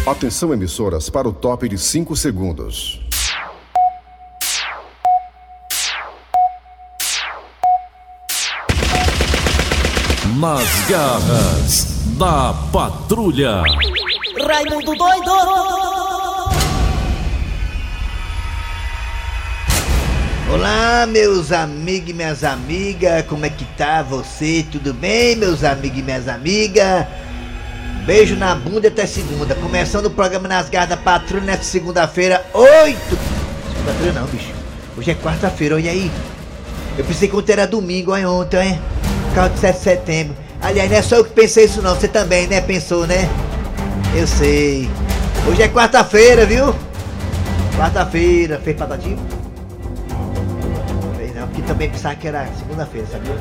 Atenção, emissoras, para o top de 5 segundos. Nas garras da patrulha. Raimundo doido! Olá, meus amigos e minhas amigas, como é que tá você? Tudo bem, meus amigos e minhas amigas? Beijo na bunda até segunda, começando o programa Nas Garras da Patrulha nesta segunda-feira, 8... Segunda-feira não, bicho, hoje é quarta-feira, olha aí. Eu pensei que ontem era domingo, olha ontem, olha. Carro de 7 de setembro. Aliás, não é só eu que pensei isso não, você também, né? Pensou, né? Eu sei. Hoje é quarta-feira, viu? Quarta-feira, fez patativo? Fez não, porque também pensava que era segunda-feira, sabia?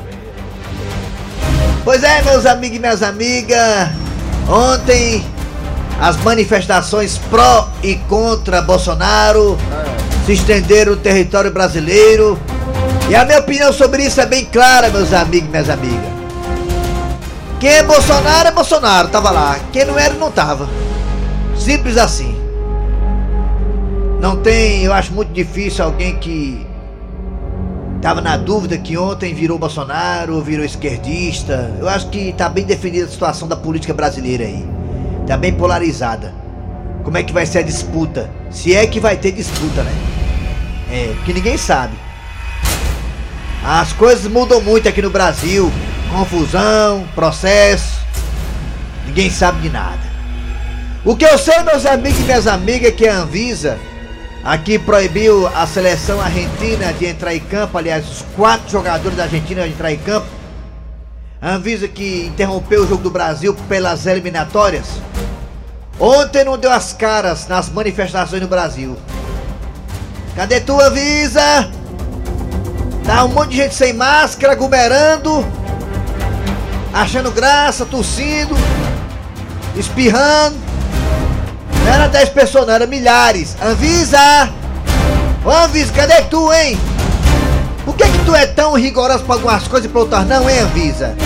Pois é, meus amigos e minhas amigas. Ontem, as manifestações pró e contra Bolsonaro se estenderam no território brasileiro. E a minha opinião sobre isso é bem clara, meus amigos e minhas amigas. Quem é Bolsonaro, tava lá. Quem não era, não tava. Simples assim. Não tem, eu acho muito difícil alguém que tava na dúvida que ontem virou Bolsonaro, virou esquerdista. Eu acho que tá bem definida a situação da política brasileira aí. Tá bem polarizada. Como é que vai ser a disputa? Se é que vai ter disputa, né? É, porque ninguém sabe. As coisas mudam muito aqui no Brasil. Confusão, processo. Ninguém sabe de nada. O que eu sei, meus amigos e minhas amigas, é que a Anvisa aqui proibiu a seleção argentina de entrar em campo. Aliás, os 4 jogadores da Argentina de entrar em campo. A Anvisa que interrompeu o jogo do Brasil pelas eliminatórias. Ontem não deu as caras nas manifestações no Brasil. Cadê tu, Anvisa? Tá um monte de gente sem máscara, aglomerando, achando graça, tossindo, espirrando. Não era 10 pessoas, não, era milhares. Anvisa! Ô Anvisa, cadê tu, hein? Por que tu é tão rigoroso pra algumas coisas e pra outras não, hein, Anvisa?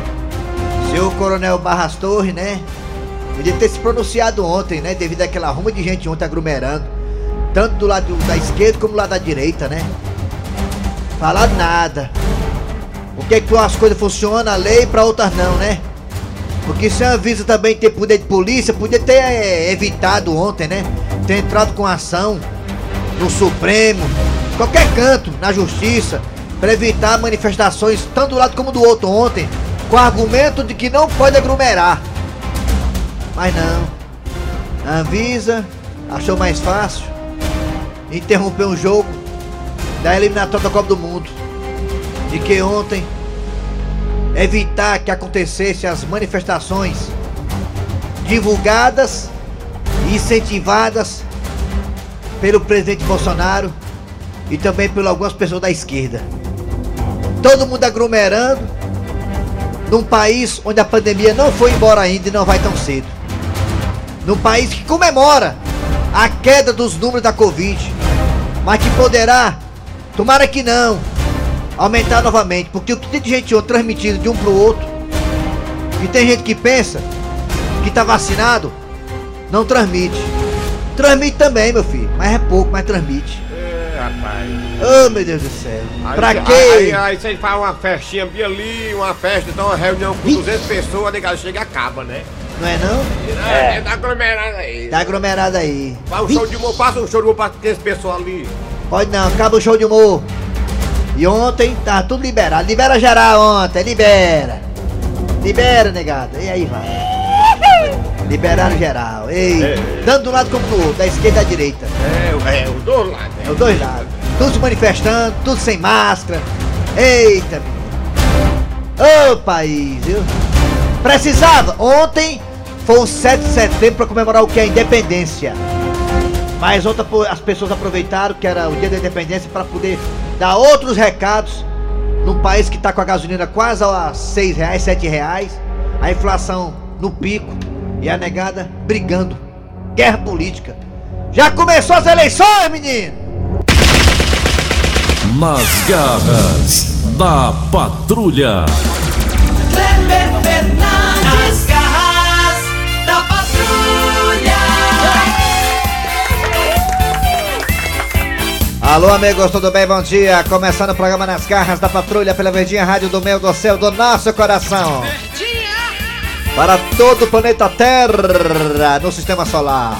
Seu Coronel Barras Torres, né? Podia ter se pronunciado ontem, né? Devido àquela ruma de gente ontem aglomerando. Tanto do lado da esquerda como do lado da direita, né? Falar nada. Por que as coisas funcionam, a lei, pra outras não, né? Porque se a Anvisa também ter poder de polícia, podia ter evitado ontem, né? Ter entrado com ação no Supremo, qualquer canto, na Justiça, pra evitar manifestações, tanto do lado como do outro ontem, com argumento de que não pode aglomerar. Mas não. A Anvisa achou mais fácil interromper um jogo da eliminatória da Copa do Mundo, de que ontem evitar que acontecessem as manifestações divulgadas e incentivadas pelo presidente Bolsonaro e também por algumas pessoas da esquerda. Todo mundo aglomerando num país onde a pandemia não foi embora ainda e não vai tão cedo. Num país que comemora a queda dos números da Covid, mas que poderá, tomara que não, aumentar novamente, porque o que tem de gente ontem transmitido de um pro outro, e tem gente que pensa que tá vacinado, não transmite. Transmite também, meu filho, mas é pouco, mas transmite. É, rapaz. Oh, meu Deus do céu. Aí, Pra quê? Aí você faz uma festinha bem ali, uma festa, então uma reunião com 200 pessoas, a negada chega e acaba, né? Não é não? É, tá aglomerado aí. Tá aglomerado aí. Faz um show de humor, passa um show de humor pra aqueles pessoal ali. Pode não, acaba o show de humor. E ontem tá tudo liberado. Libera geral ontem, libera. Libera, negada. E aí vai. Liberaram geral. Ei, tanto do lado como do outro, da esquerda e da direita. É, os dois lados. É os dois lados. Tudo se manifestando, tudo sem máscara. Eita, menino. Ô país, viu? Precisava. Ontem foi o 7 de setembro para comemorar o que? A independência. Mas ontem as pessoas aproveitaram que era o dia da independência para poder dar outros recados num país que tá com a gasolina quase a R$6, R$7, a inflação no pico e a negada brigando. Guerra política. Já começou as eleições, menino! Nas garras da patrulha. Kleber Fernandes, nas garras da patrulha. Alô, amigos, tudo bem? Bom dia. Começando o programa Nas Garras da Patrulha pela Verdinha Rádio do meu, do céu, do nosso coração. Para todo o planeta Terra, no Sistema Solar.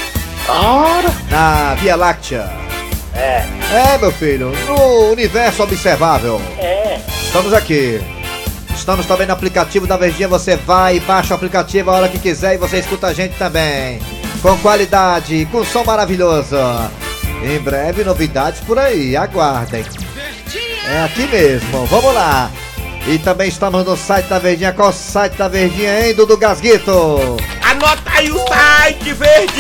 Na Via Láctea. É, meu filho, no universo observável. Estamos aqui. Estamos também no aplicativo da Verdinha. Você vai e baixa o aplicativo a hora que quiser e você escuta a gente também. Com qualidade, com som maravilhoso. Em breve, novidades por aí, aguardem. É aqui mesmo, vamos lá. E também estamos no site da Verdinha. Qual o site da Verdinha, hein, Dudu Gasguito? Anota aí o site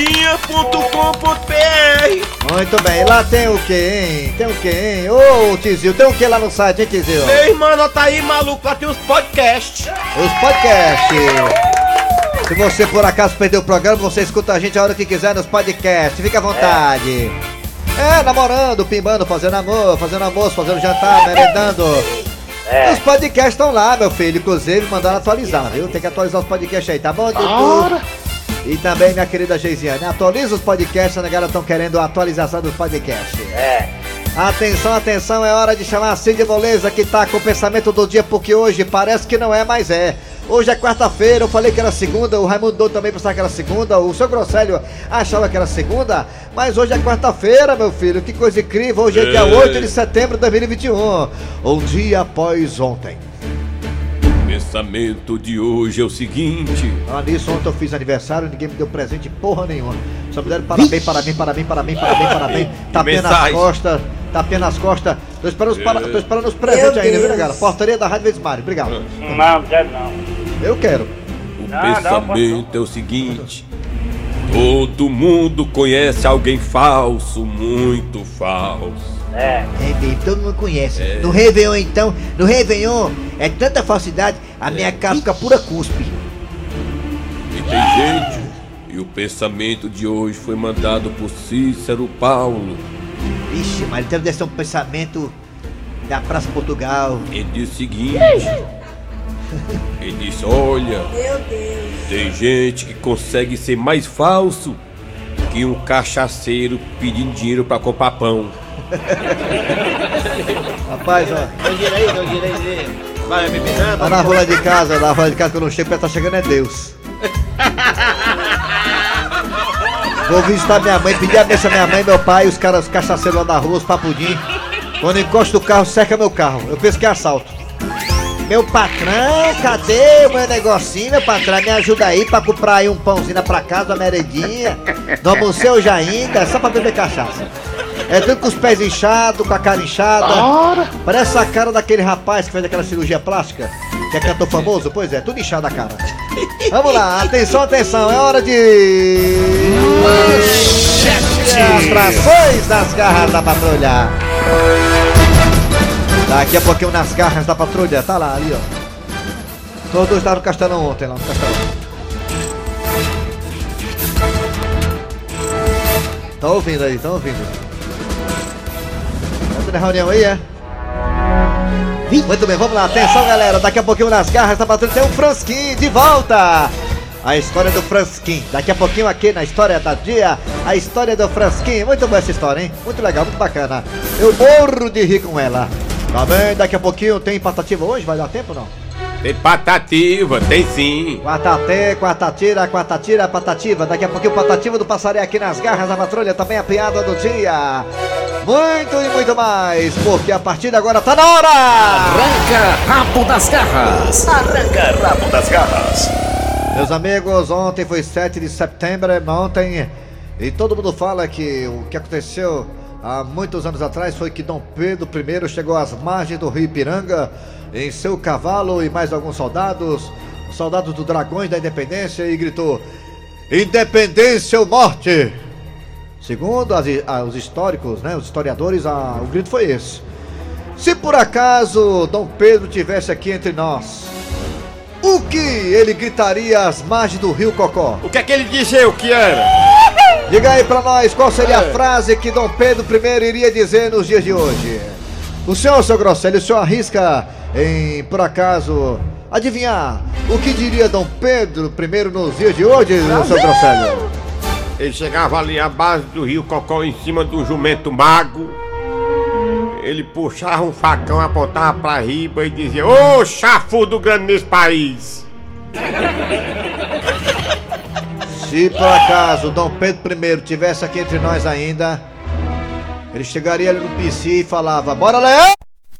verdinha.com.br. Muito bem, lá tem o que, hein? Tem o que, hein? Ô, Tizil, tem o que lá no site, hein, Tizil? Meu irmão, anota aí, maluco, lá tem os podcasts. Os podcasts. Se você por acaso perdeu o programa, você escuta a gente a hora que quiser nos podcasts. Fica à vontade. Namorando, pimbando, fazendo amor, fazendo almoço, fazendo jantar, merendando. Os podcasts estão lá, meu filho. Inclusive, mandaram atualizar, viu? Tem que atualizar os podcasts aí, tá bom, Dudu? E também, minha querida Geisiane, atualiza os podcasts, a galera estão querendo a atualização dos podcasts. Atenção, atenção, é hora de chamar a Cid Moleza, que tá com o pensamento do dia, porque hoje parece que não é, mas é. Hoje é quarta-feira, eu falei que era segunda, o Raimundo Doido também pensava que era segunda, o seu Grosselio achava que era segunda, mas hoje é quarta-feira, meu filho, que coisa incrível, hoje é dia 8 de setembro de 2021, um dia após ontem. O pensamento de hoje é o seguinte. Olha nisso, ontem eu fiz aniversário, ninguém me deu presente porra nenhuma, só me deram parabéns, tapinha nas costas. Tapinha nas costas. Tô esperando os presentes ainda, viu, galera? Portaria da Rádio Vesmário, obrigado. Não, quero não. Eu quero. O pensamento é o seguinte. Todo mundo conhece alguém falso, muito falso. Bem, todo mundo conhece. No Réveillon, então, no Réveillon é tanta falsidade, a minha casa fica pura cuspe. E tem gente. E o pensamento de hoje foi mandado por Cícero Paulo. Vixe, mas deve ser um pensamento da Praça Portugal. Ele disse o seguinte. Ele disse, olha, tem gente que consegue ser mais falso que um cachaceiro pedindo dinheiro pra comprar pão. Rapaz, ó. Dá dinheiro aí. Vai, me nada. Tá na rua de casa, que eu não chego, tá chegando é Deus. Vou visitar minha mãe, pedir a benção à minha mãe e meu pai, os cachaceiros lá na rua, os papudinhos. Quando encosta o carro, seca meu carro. Eu penso que é assalto. Meu patrão, cadê o meu negocinho, meu patrão? Me ajuda aí pra comprar aí um pãozinho pra casa, uma meredinha. Não almocei hoje ainda, só pra beber cachaça. É tudo com os pés inchados, com a cara inchada. Parece a cara daquele rapaz que fez aquela cirurgia plástica, que é cantor famoso. Pois é, tudo inchado a cara. Vamos lá, atenção, atenção, é hora de... Atrações das garras da patrulha. Daqui a pouquinho nas garras da patrulha, tá lá, ali ó. Todos estavam no Castelão ontem, lá no Castelão. Tá ouvindo aí, tá ouvindo. Tá na reunião aí, é? Muito bem, vamos lá, atenção galera, daqui a pouquinho nas garras da patrulha tem um Fransquinho de volta. A história do Fransquinho, daqui a pouquinho aqui na História da Dia, a história do Fransquinho, muito boa essa história, hein? Muito legal, muito bacana. Eu morro de rir com ela. Tá bem, daqui a pouquinho tem Patativa hoje, vai dar tempo ou não? Tem Patativa, tem sim. Quarta-tira, Patativa. Daqui a pouquinho Patativa do Passaré aqui nas garras da patrulha, também a piada do dia. Muito e muito mais, porque a partir de agora tá na hora! Arranca rabo das garras! Arranca rabo das garras! Meus amigos, ontem foi 7 de setembro, ontem, e todo mundo fala que o que aconteceu há muitos anos atrás foi que Dom Pedro I chegou às margens do rio Ipiranga em seu cavalo e mais alguns soldados do Dragões da Independência, e gritou: Independência ou morte! Segundo os históricos, né, os historiadores, o grito foi esse. Se por acaso Dom Pedro tivesse aqui entre nós, o que ele gritaria às margens do rio Cocó? O que é que ele dizia, o que era? Diga aí pra nós qual seria a frase que Dom Pedro I iria dizer nos dias de hoje. O senhor, seu Grosselio, o senhor arrisca em, por acaso, adivinhar o que diria Dom Pedro I nos dias de hoje, seu Grosselio? Ele chegava ali à base do rio Cocó em cima do jumento mago ele puxava um facão, apontava pra riba e dizia: ô chafudo grande nesse país! Se por acaso Dom Pedro I tivesse aqui entre nós ainda, ele chegaria ali no PC e falava: bora, Leão!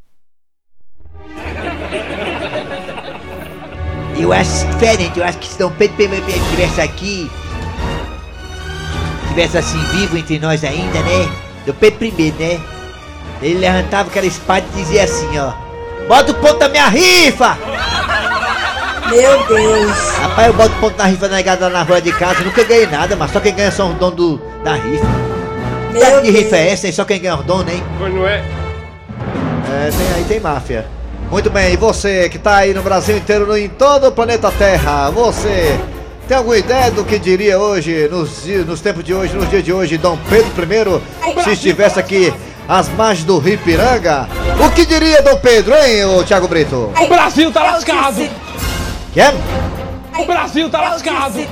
Eu acho diferente, eu acho que se Dom Pedro estivesse aqui, tivesse assim vivo entre nós ainda, né? Dom Pedro I, né? Ele levantava aquela espada e dizia assim, ó: bota o ponto da minha rifa! Meu Deus! Rapaz, eu boto ponto na rifa negada lá na rua de casa, nunca ganhei nada, mas só quem ganha são os donos da rifa. Meu Que rifa é essa, hein? Só quem ganha os donos, hein? Pois não é? Tem máfia. Muito bem, e você que tá aí no Brasil inteiro, em todo o planeta Terra, você tem alguma ideia do que diria hoje, nos tempos de hoje, nos dias de hoje, Dom Pedro I, se estivesse aqui às margens do Rio Ipiranga? O que diria Dom Pedro, hein, ô Thiago Brito? O Brasil tá lascado! Que é? O Brasil tá lascado!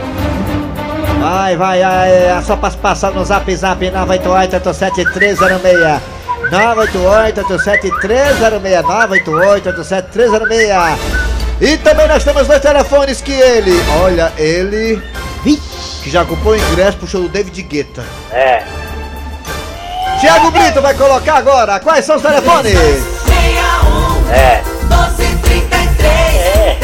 Vai, é só passar no zap 988-87306. 988-87306. E também nós temos dois telefones que ele que já comprou o ingresso pro show do David Guetta. Thiago Brito vai colocar agora. Quais são os telefones? 61 1233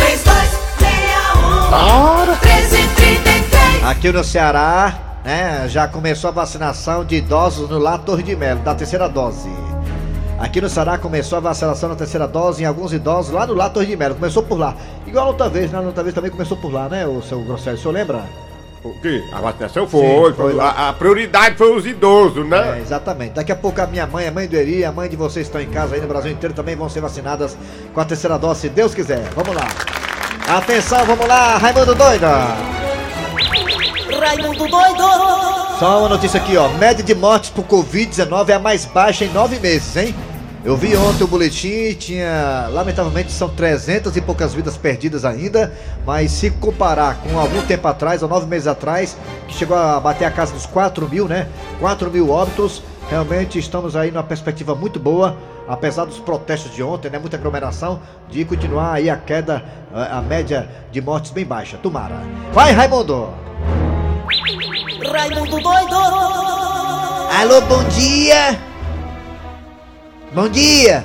3261 1333. Aqui no Ceará, né, já começou a vacinação de idosos no Lar Torre de Melo, da terceira dose. Aqui no Ceará começou a vacinação da terceira dose em alguns idosos lá no Lar Torre de Melo. Começou por lá. Igual outra vez, né? Outra vez também começou por lá, né, o seu Grosselio? O senhor lembra? O quê? A vacinação foi. Foi lá. A prioridade foi os idosos, né? Exatamente. Daqui a pouco a minha mãe, a mãe do Eri, a mãe de vocês que estão em casa aí no Brasil inteiro também vão ser vacinadas com a terceira dose, se Deus quiser. Vamos lá. Atenção, vamos lá, Raimundo Doida. Raimundo Doido! Só uma notícia aqui, ó. Média de mortes por Covid-19 é a mais baixa em 9 meses, hein? Eu vi ontem o boletim e tinha, lamentavelmente, são 300 e poucas vidas perdidas ainda, mas se comparar com algum tempo atrás, ou 9 meses atrás, que chegou a bater a casa dos 4 mil, né? 4 mil óbitos, realmente estamos aí numa perspectiva muito boa, apesar dos protestos de ontem, né? Muita aglomeração, de continuar aí a queda, a média de mortes bem baixa. Tomara. Vai, Raimundo! Raimundo Doido! Alô, bom dia! Bom dia!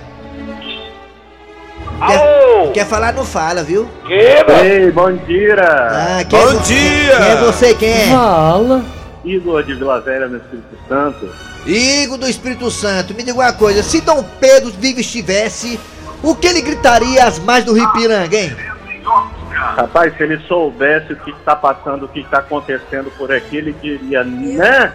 Alô! Quer falar, não fala, viu? Ei, bom dia! Bom dia! Quem é você? Quem é? Fala! Igor de Vila Velha, no Espírito Santo. Igor do Espírito Santo, me diga uma coisa, se Dom Pedro vivo estivesse, o que ele gritaria às margens do Rio Ipiranga, hein? Rapaz, se ele soubesse o que está passando, o que está acontecendo por aqui, ele diria, né?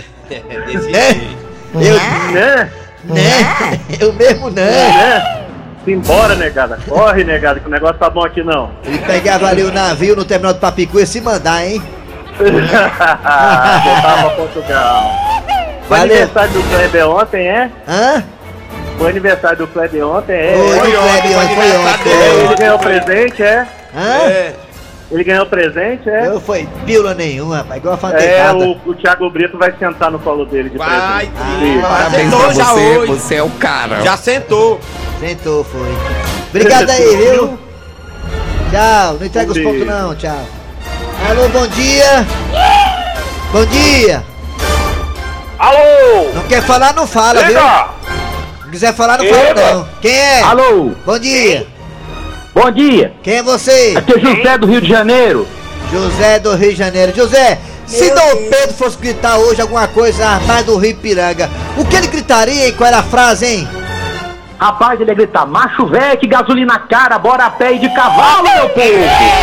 Eu mesmo não. Né? Simbora, negada. Corre, negada, que o negócio tá bom aqui não. Ele pegava ali o navio no terminal de Papicu e se mandar, hein? Voltava pra Portugal. Foi Valeu. aniversário do Kleber ontem, é? Hã? Foi aniversário do Kleber ontem, é? Foi ontem. Ele ganhou presente, é? Hã? Ele ganhou presente, é? Não foi pílula nenhuma, rapaz, igual a É, fantasiada. o Thiago Brito vai sentar no colo dele de Vai, presente. sim. Parabéns Sentou pra já você, hoje. você é o cara. Já sentou. Sentou, foi. Obrigado aí, viu? Tchau, não entrega os pontos não, tchau. Alô, bom dia. Bom dia. Alô! Não quer falar, não fala, viu? Não quiser falar, não fala não. Quem é? Alô! Bom dia. Bom dia! Quem é você? Aqui é José do Rio de Janeiro. José do Rio de Janeiro. José, se Dom Pedro fosse gritar hoje alguma coisa armada do Rio Ipiranga, o que ele gritaria, hein? Qual era a frase, hein? Rapaz, ele ia gritar, macho velho, que gasolina cara, bora a pé e de cavalo, meu povo!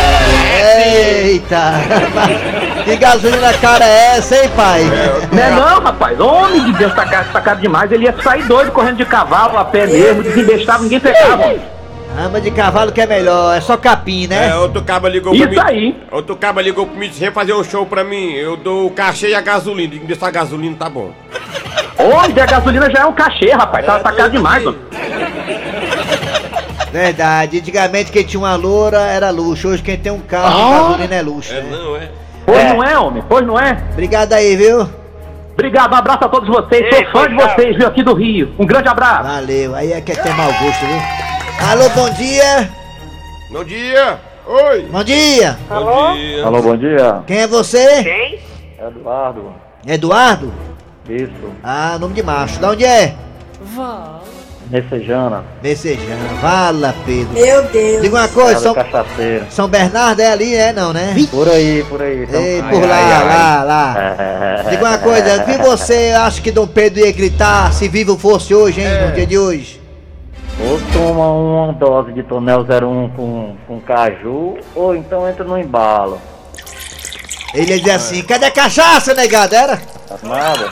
Eita! Que gasolina cara é essa, hein, pai? Não é não, rapaz, homem de Deus, tá caro demais, ele ia sair doido correndo de cavalo, a pé mesmo, desembestava, ninguém pegava. Rama de cavalo que é melhor, é só capim, né? Outro cabo ligou pra mim. Isso aí! Outro cabo ligou pra mim e disse: vem fazer um show pra mim. Eu dou o cachê e a gasolina. Digo, dessa gasolina tá bom. Onde a gasolina já é um cachê, rapaz, tá caro demais, mano. Verdade, antigamente quem tinha uma loura era luxo, hoje quem tem um carro de gasolina é luxo, né? Não é? Pois não é, homem, pois não é. Obrigado aí, viu? Obrigado, um abraço a todos vocês. Sou fã de vocês, viu, aqui do Rio. Um grande abraço. Valeu, aí é que tem mau gosto, viu? Alô, bom dia. Bom dia! Oi! Bom dia. Bom dia! Alô, bom dia. Quem é você? Quem? Eduardo. Eduardo? Isso. Ah, nome de macho. Da onde é? Messejana. Messejana. Vala, Pedro. Meu Deus. Diga uma coisa, Cachaceira. São Bernardo é ali, não, né? Por aí, por aí. Então. Ei, por lá. Diga uma coisa, que você acha que Dom Pedro ia gritar se vivo fosse hoje, hein? No dia de hoje? Ou toma uma dose de tonel 01 com caju, ou então entra no embalo. Ele ia dizer assim, cadê a cachaça, negado? Era? Nada.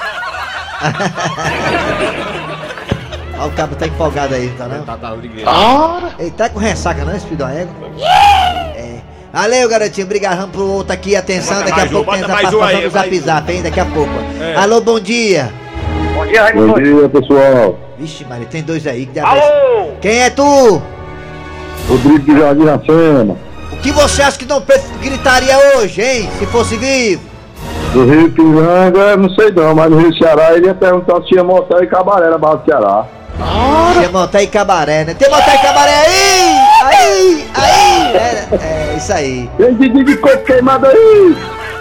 Ó, o cabo tá empolgado aí, tá, né? Ele tá com ressaca, não, esse filho da égua? É. Valeu, garotinho, obrigado, vamos pro outro aqui, atenção, daqui a pouco tem essa participação do Zap Zap, hein, daqui a pouco. Alô, bom dia. Bom dia, Raimundo. Bom dia, pessoal. Vixe, Maria, tem dois aí. Que Alô! Quem é tu? Rodrigo de Jardim Iracema. O que você acha que Dom Pedro gritaria hoje, hein? Se fosse vivo? Do Rio Piranga, não sei não, mas no Rio Ceará ele ia perguntar se tinha motel e cabaré na Barra do Ceará. Tinha motel e cabaré, né? Tem motel e cabaré aí! Aí! É isso aí. Tem de coco queimado aí!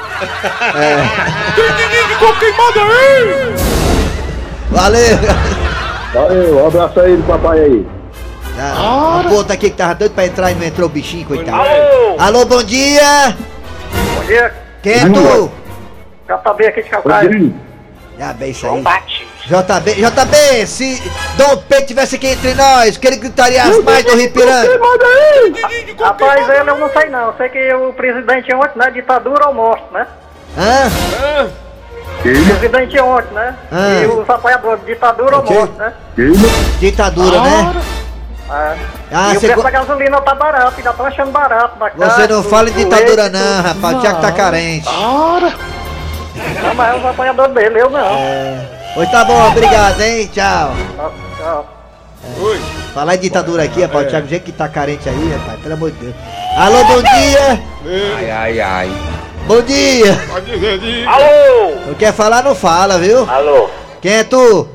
Tem de coco queimado aí! Valeu! Valeu, um abraço aí do papai aí. Um outro aqui que tava doido pra entrar e não entrou o bichinho, coitado. Alô! Alô, bom dia! Bom dia. Quem é tu? JB aqui de Calcaia. Já bem isso aí. Bate. JB, se Dom Pedro tivesse aqui entre nós, que ele gritaria as mais do Ripiranga. Rapaz, eu não sei não. Sei que o presidente ontem, né? Ditadura ou morte, né? Hã? O presidente ontem, né? E os apoiadores, ditadura ou morte, né? Ditadura, né? E o preço da gasolina tá barato, ainda estão achando barato. Você não fala em ditadura não, rapaz, o Thiago tá carente. Não, mas é os apoiadores dele, eu não. Pois tá bom, obrigado, hein? Tchau. Tchau. Oi! Falar em ditadura aqui, rapaz, o Thiago, gente que tá carente aí, rapaz, pelo amor de Deus. Alô, bom dia! Ai. Bom dia! Pode dizer, diga! Alô! Não quer falar, não fala, viu? Alô! Quem é tu?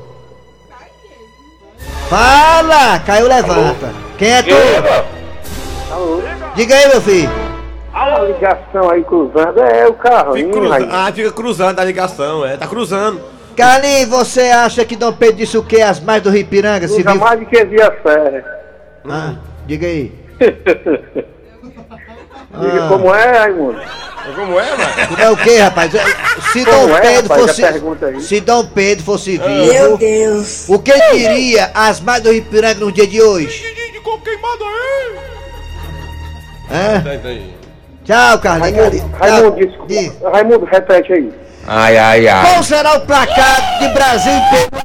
Fala! Caiu, levanta. Quem é tu? Alô! Diga aí, meu filho. A ligação aí cruzando é o carro. Fica cruzando a ligação, tá cruzando. Carlinhos, você acha que Dom Pedro disse o que? As mais do Ripiranga? Se vive... mais de que via fé. Diga aí. Diga como é, Raimundo? Como é, mano? É o que, rapaz? Se Como Dom é, Pedro rapaz, fosse. a pergunta aí? Se Dom Pedro fosse Meu vivo, Deus. o que diria as mais do Ripiranga no dia de hoje? De coco queimado aí! Hã? Entendi. Tchau, Carlinhos. Raimundo, desculpa. Raimundo, repete aí. Ai. Qual será o placar de Brasil e Peru?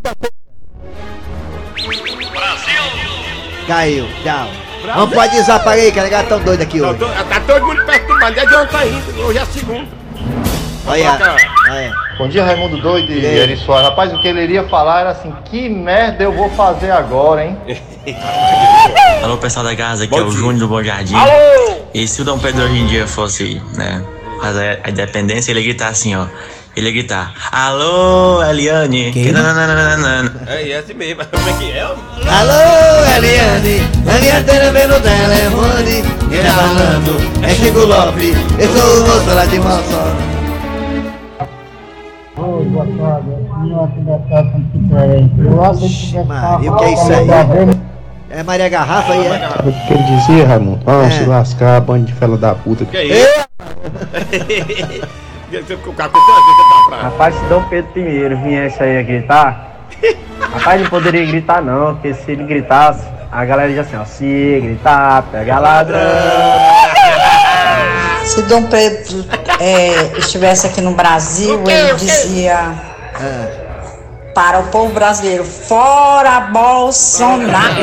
Caiu, tchau. Não pode desapagar aí, que a negada tão doida aqui hoje. Tá todo mundo perturbado, desde ontem ainda, hoje é a segunda. Olha. Bom dia, Raimundo Doido e Eri Soares. Rapaz, o que ele iria falar era assim: que merda eu vou fazer agora, hein? Alô, pessoal da casa, aqui é o Júnior do Bom Jardim. Alô! E se o Dom Pedro hoje em dia fosse, né, fazer a independência, ele ia gritar assim, ó. Ele ia gritar: alô, Eliane. É assim mesmo, como é que é? Alô, Eliane, a minha antena vem no telefone. Quem tá falando é Chico Lopes, eu sou o moço lá de Malsó. Oi, boa tarde. Eu acho que Maria, o que é isso aí? É Maria Garrafa aí, é? O que ele dizia, Raimundo? Vamos se lascar, bando de fela da puta. Que é isso? Rapaz, se Dom Pedro I viesse aí a gritar, rapaz, não poderia gritar não, porque se ele gritasse, a galera ia assim, ó, se gritar, pega ladrão. Se Dom Pedro estivesse aqui no Brasil, ele dizia para o povo brasileiro: fora Bolsonaro!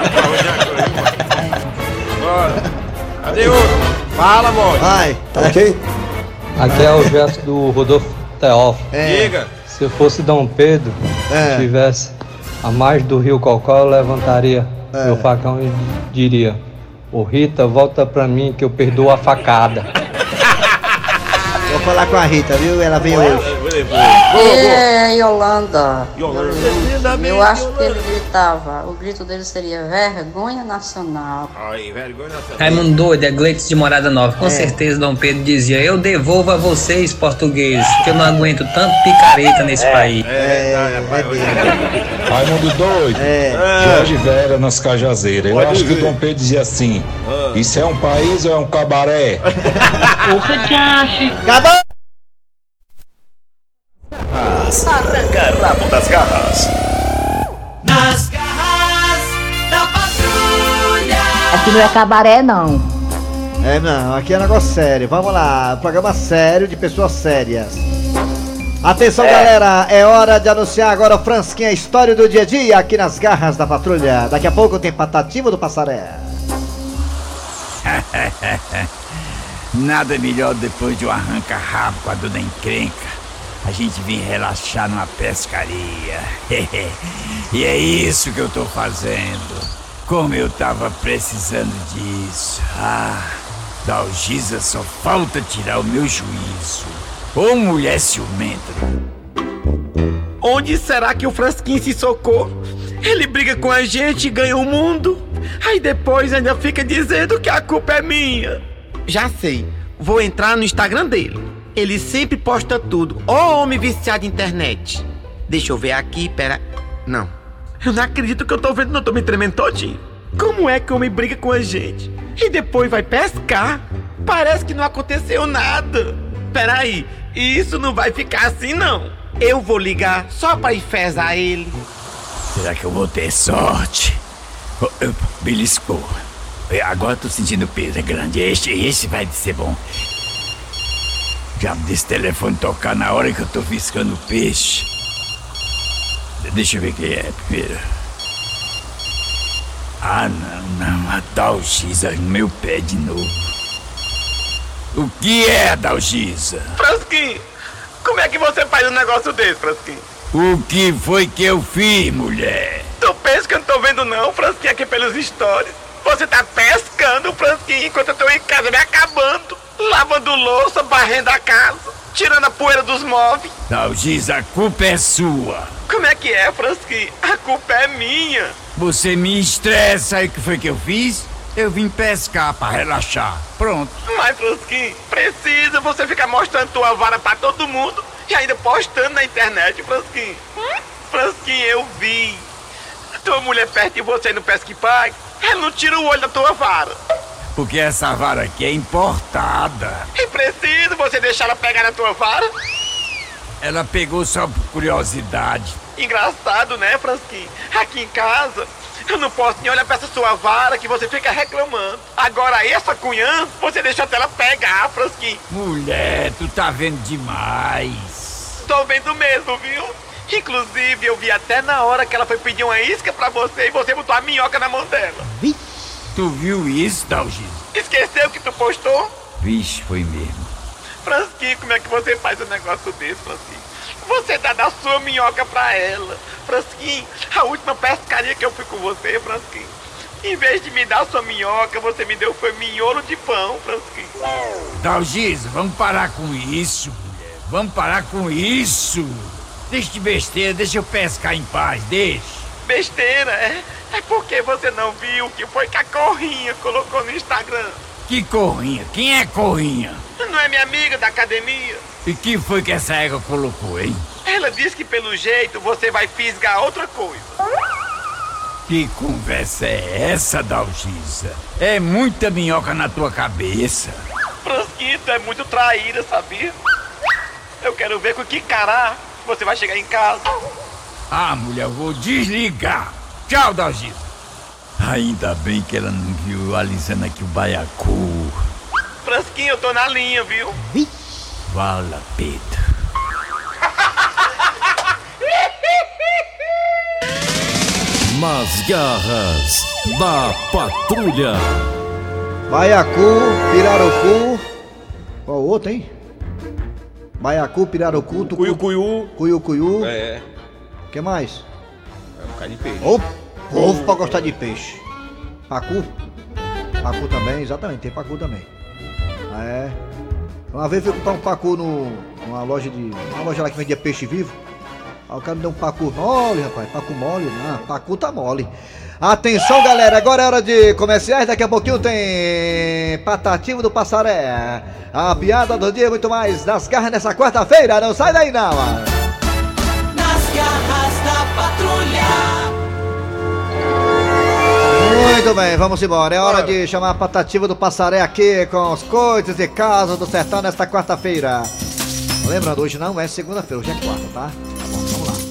Cadê o? Fala, amor. Vai, tá ok? Aqui é o gesto do Rodolfo Teófilo. Diga. Se eu fosse Dom Pedro, tivesse a margem do rio Cocó, eu levantaria meu facão e diria: ô Rita, volta pra mim que eu perdoo a facada. Vou falar com a Rita, viu? Ela veio hoje. Yolanda. Eu acho que ele gritava. O grito dele seria vergonha nacional. Aí, vergonha nacional. Raimundo doido, é Gleitos de Morada Nova. Com certeza Dom Pedro dizia: eu devolvo a vocês, portugueses, que eu não aguento tanto picareta nesse país. Raimundo doido. Jorge Vera nas Cajazeiras. Eu acho que o Dom Pedro dizia assim: isso é um país ou é um cabaré? Porra, Josh. Acabou! Arranca rabo das garras. Nas garras da patrulha. Aqui não é cabaré, não. É, não, aqui é negócio sério. Vamos lá, programa sério de pessoas sérias. Atenção, galera, é hora de anunciar agora o Fransquinha, a história do dia a dia aqui nas garras da patrulha. Daqui a pouco tem Patativa do Passaré. Nada melhor depois de um arranca-rabo com a dona encrenca. A gente vem relaxar numa pescaria. E é isso que eu tô fazendo. Como eu tava precisando disso. Dalgisa, só falta tirar o meu juízo. Ô mulher ciumenta. Onde será que o Frasquinho se socou? Ele briga com a gente e ganha o mundo. Aí depois ainda fica dizendo que a culpa é minha. Já sei, vou entrar no Instagram dele. Ele sempre posta tudo. Ô homem viciado em internet. Deixa eu ver aqui, pera. Não, eu não acredito que eu tô vendo, não, tô me tremendo todinho. Como é que o homem briga com a gente e depois vai pescar? Parece que não aconteceu nada. Peraí, isso não vai ficar assim não. Eu vou ligar só pra enfesar ele. Será que eu vou ter sorte? Beliscou. Agora tô sentindo o peso, é grande. Este vai ser bom. Já desse telefone tocar na hora que eu tô fiscando o peixe. Deixa eu ver quem é primeiro. Não, a Dalgisa no meu pé de novo. O que é, Dalgisa? Frasquinho, como é que você faz um negócio desse, Frasquinho? O que foi que eu fiz, mulher? Tu pensa que eu não tô vendo não, Frasquinho, aqui pelos stories. Você tá pescando, Frasquinho, enquanto eu tô em casa me acabando. Lavando louça, varrendo a casa, tirando a poeira dos móveis. Dalgisa, a culpa é sua. Como é que é, Frasquinho? A culpa é minha. Você me estressa, aí o que foi que eu fiz? Eu vim pescar pra relaxar. Pronto. Mas, Frasquinho, precisa você ficar mostrando tua vara pra todo mundo e ainda postando na internet, Frasquinho. Frasquinho, eu vi. Tua mulher perto de você no Pesca e Pague, ela não tira o olho da tua vara. Porque essa vara aqui é importada. E precisa você deixar ela pegar na tua vara? Ela pegou só por curiosidade. Engraçado, né, Frasquinho? Aqui em casa, eu não posso nem olhar pra essa sua vara que você fica reclamando. Agora aí, essa cunhã, você deixa até ela pegar, Frasquinho. Mulher, tu tá vendo demais. Tô vendo mesmo, viu? Inclusive, eu vi até na hora que ela foi pedir uma isca pra você e você botou a minhoca na mão dela. Tu viu isso, Dalgisa? Esqueceu que tu postou? Vixe, foi mesmo. Frasquinho, como é que você faz um negócio desse, Frasquinho? Você dá da sua minhoca pra ela. Frasquinho, a última pescaria que eu fui com você, Frasquinho, em vez de me dar sua minhoca, você me deu foi miolo de pão, Frasquinho. Dalgisa, vamos parar com isso, mulher. Vamos parar com isso. Deixa de besteira, deixa eu pescar em paz, deixa. Besteira, é? É porque você não viu o que foi que a Corrinha colocou no Instagram. Que Corrinha? Quem é Corrinha? Não é minha amiga da academia? E que foi que essa égua colocou, hein? Ela disse que pelo jeito você vai fisgar outra coisa. Que conversa é essa, Dalgisa? É muita minhoca na tua cabeça. Frasquinho, tu é muito traíra, sabia? Eu quero ver com que cará você vai chegar em casa. Mulher, eu vou desligar. Tchau, Dalgisa. Ainda bem que ela não viu alisando aqui o baiacu. Frasquinho, eu tô na linha, viu? Vala, Pedro. Nas garras da patrulha. Baiacu, pirarucu. Qual o outro, hein? Baiacu, pirarucu, cuiu-cuiu. Cuiu-cuiu. É. O que mais? É um bocado de peixe. Ô, povo pra gostar de peixe. Pacu? Pacu também, exatamente, tem pacu também. Uma vez eu fui comprar um pacu numa loja lá que vendia peixe vivo. Aí o cara me deu um pacu mole, rapaz. Pacu mole, não. Pacu tá mole. Atenção, galera. Agora é hora de comerciais. Daqui a pouquinho tem Patativa do Passaré. A piada do dia e muito mais nas garras nessa quarta-feira. Não sai daí, não. Nas garras da patrulha. Muito bem, vamos embora. É hora de chamar a Patativa do Passaré aqui com os coitos e casos do sertão nesta quarta-feira. Lembrando, hoje não é segunda-feira, hoje é quarta, tá? Tá bom, vamos lá.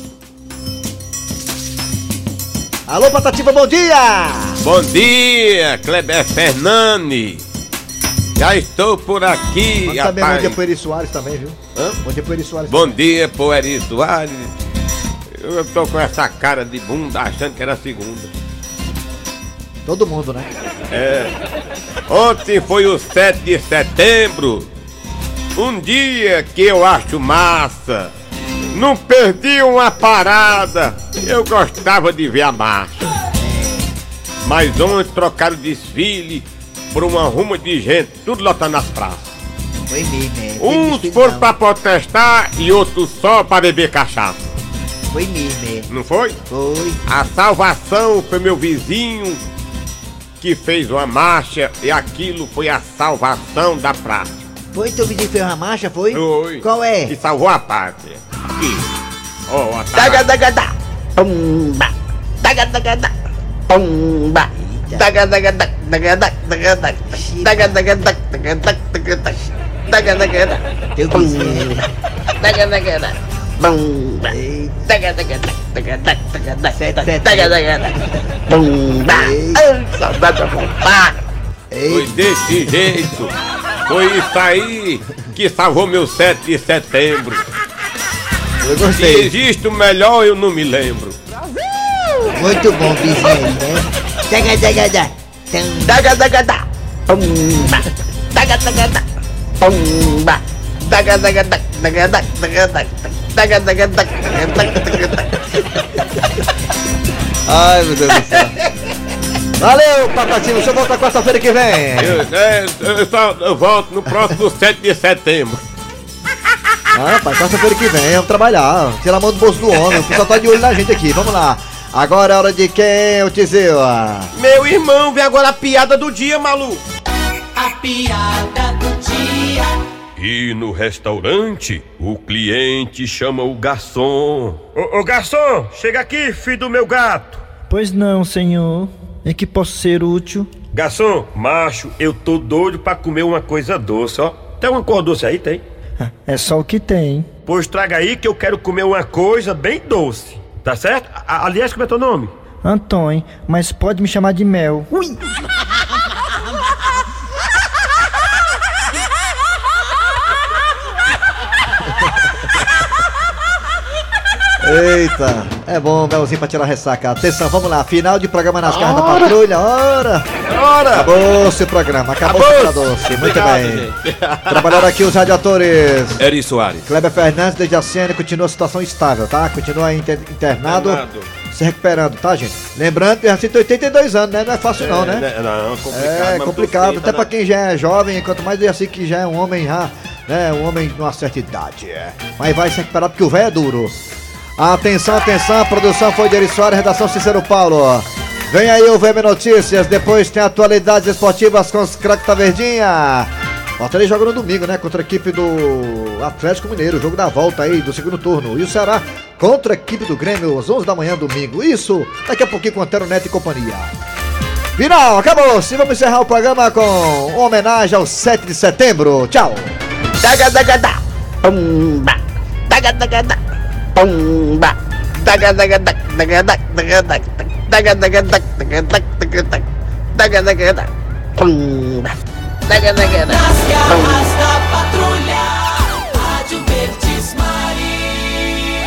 Alô, Patativa, bom dia! Bom dia, Kleber Fernandes. Já estou por aqui, Mas também bom dia pro Eri Soares também, viu? Hã? Bom dia pro Eri Soares. Bom dia pro Eri Soares. Eu tô com essa cara de bunda achando que era segunda. Todo mundo, né? É. Ontem foi o 7 de setembro. Um dia que eu acho massa. Não perdi uma parada. Eu gostava de ver a marcha. Mas ontem trocaram o desfile por uma ruma de gente, tudo lotando as praças. Foi mesmo, né? Uns foram pra protestar e outros só pra beber cachaça. Foi mesmo, né? Não foi? Foi. A salvação foi meu vizinho que fez uma marcha e aquilo foi a salvação da praça. Foi teu vizinho que fez uma marcha, foi? Foi. Qual é? Que salvou a pátria. Aqui. Ó, a Dagadagada. Pumba. Dagadagada. Pumba. Dagadagada. Dagadagada. Dagadagada. Dagadagada. Dagadagada. Teu vizinho. Dagadagada. Pumba. Dagadagada. Dagadagada. Dagadagada. Pumba. Saudade da vontade. Foi desse jeito. Foi isso aí que salvou meu 7 de setembro. Eu gostei. Se existe o melhor, eu não me lembro. Muito bom, vizinho, né? Dagadagada. Dagadagada. Pumba. Dagadagada. Pumba. Dagadagada. Dagadagada. Dagadagada. Ai, meu Deus do céu. Valeu, Patativa, você volta quarta-feira que vem. Eu volto no próximo 7 de setembro. Ah, rapaz, quarta-feira que vem, vamos trabalhar. Tira a mão do bolso do homem, o pessoal tá de olho na gente aqui, vamos lá. Agora é hora de quem, ô Tizeu? Meu irmão, vem agora a piada do dia, maluco. A piada do dia. E no restaurante, o cliente chama o garçom. Ô garçom, chega aqui, filho do meu gato. Pois não, senhor. Em que posso ser útil? Garçom, macho, eu tô doido pra comer uma coisa doce, ó. Tem uma cor doce aí, tem? É só o que tem. Pois traga aí que eu quero comer uma coisa bem doce. Tá certo? Aliás, como é teu nome? Antônio, mas pode me chamar de Mel. Ui! Eita, é bom, Melzinho, pra tirar a ressaca. Atenção, vamos lá, final de programa nas garras da patrulha. Ora! Acabou-se o programa, acabou-se o doce. Muito bem. Trabalharam aqui os radiadores. Eri Soares. Kleber Fernandes, desde a Siena, continua a situação estável, tá? Continua internado, se recuperando, tá, gente? Lembrando que já tem 82 anos, né? Não é fácil não, né? Não, complicado. É complicado, até pra quem já é jovem, quanto mais assim que já é um homem já, né? Um homem de uma certa idade, Mas vai se recuperar porque o velho é duro. Atenção, atenção, a produção foi de Eri Soares, redação Cícero Paulo. Vem aí o VM Notícias, depois tem atualidades esportivas com os craques da Verdinha. Fortaleza joga no domingo, né, contra a equipe do Atlético Mineiro, jogo da volta aí do segundo turno. E o Ceará contra a equipe do Grêmio às 11 da manhã, domingo. Isso, daqui a pouquinho com Antero Neto e companhia. Final, acabou-se, vamos encerrar o programa com homenagem ao 7 de setembro. Tchau. Dagadagada. Pumba. Dagadagada. Pumba. Dagadagada. Dagadagada. Dagadagada. Dagadagada. Dagadagada. Pumba. Dagadagada. Nas garras da patrulha.